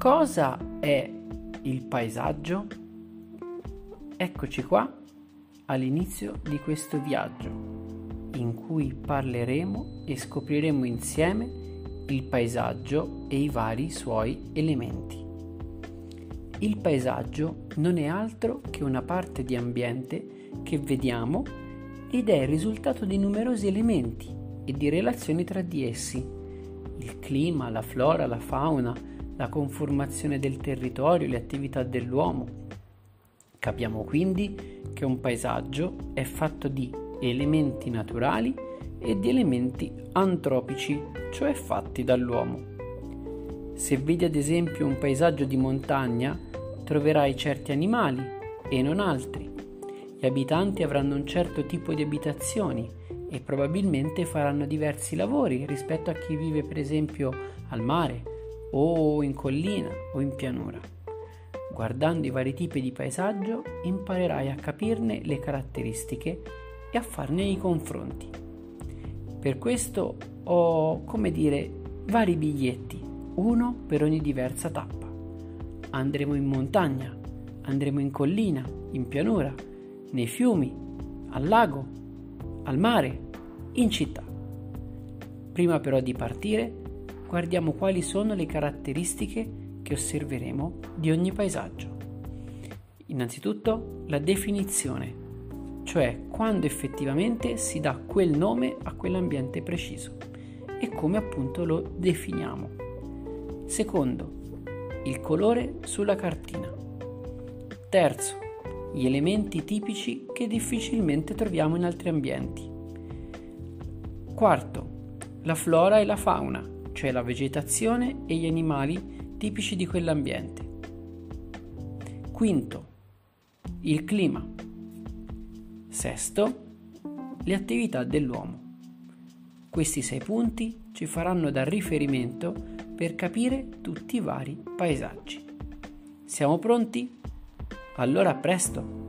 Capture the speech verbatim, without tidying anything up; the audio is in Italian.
Cosa è il paesaggio? Eccoci qua all'inizio di questo viaggio in cui parleremo e scopriremo insieme il paesaggio e i vari suoi elementi. Il paesaggio non è altro che una parte di ambiente che vediamo ed è il risultato di numerosi elementi e di relazioni tra di essi. Il clima, la flora, la fauna, la conformazione del territorio, le attività dell'uomo. Capiamo quindi che un paesaggio è fatto di elementi naturali e di elementi antropici, cioè fatti dall'uomo. Se vedi ad esempio un paesaggio di montagna, troverai certi animali e non altri. Gli abitanti avranno un certo tipo di abitazioni e probabilmente faranno diversi lavori rispetto a chi vive per esempio al mare o in collina o in pianura. Guardando i vari tipi di paesaggio imparerai a capirne le caratteristiche e a farne i confronti. Per questo ho, come dire, vari biglietti, uno per ogni diversa tappa. Andremo in montagna, andremo in collina, in pianura, nei fiumi, al lago, al mare, in città. Prima però di partire, guardiamo quali sono le caratteristiche che osserveremo di ogni paesaggio. Innanzitutto la definizione, cioè quando effettivamente si dà quel nome a quell'ambiente preciso e come appunto lo definiamo. Secondo, il colore sulla cartina. Terzo, gli elementi tipici che difficilmente troviamo in altri ambienti. Quarto, la flora e la fauna, cioè la vegetazione e gli animali tipici di quell'ambiente. Quinto, il clima. Sesto, le attività dell'uomo. Questi sei punti ci faranno da riferimento per capire tutti i vari paesaggi. Siamo pronti? Allora a presto!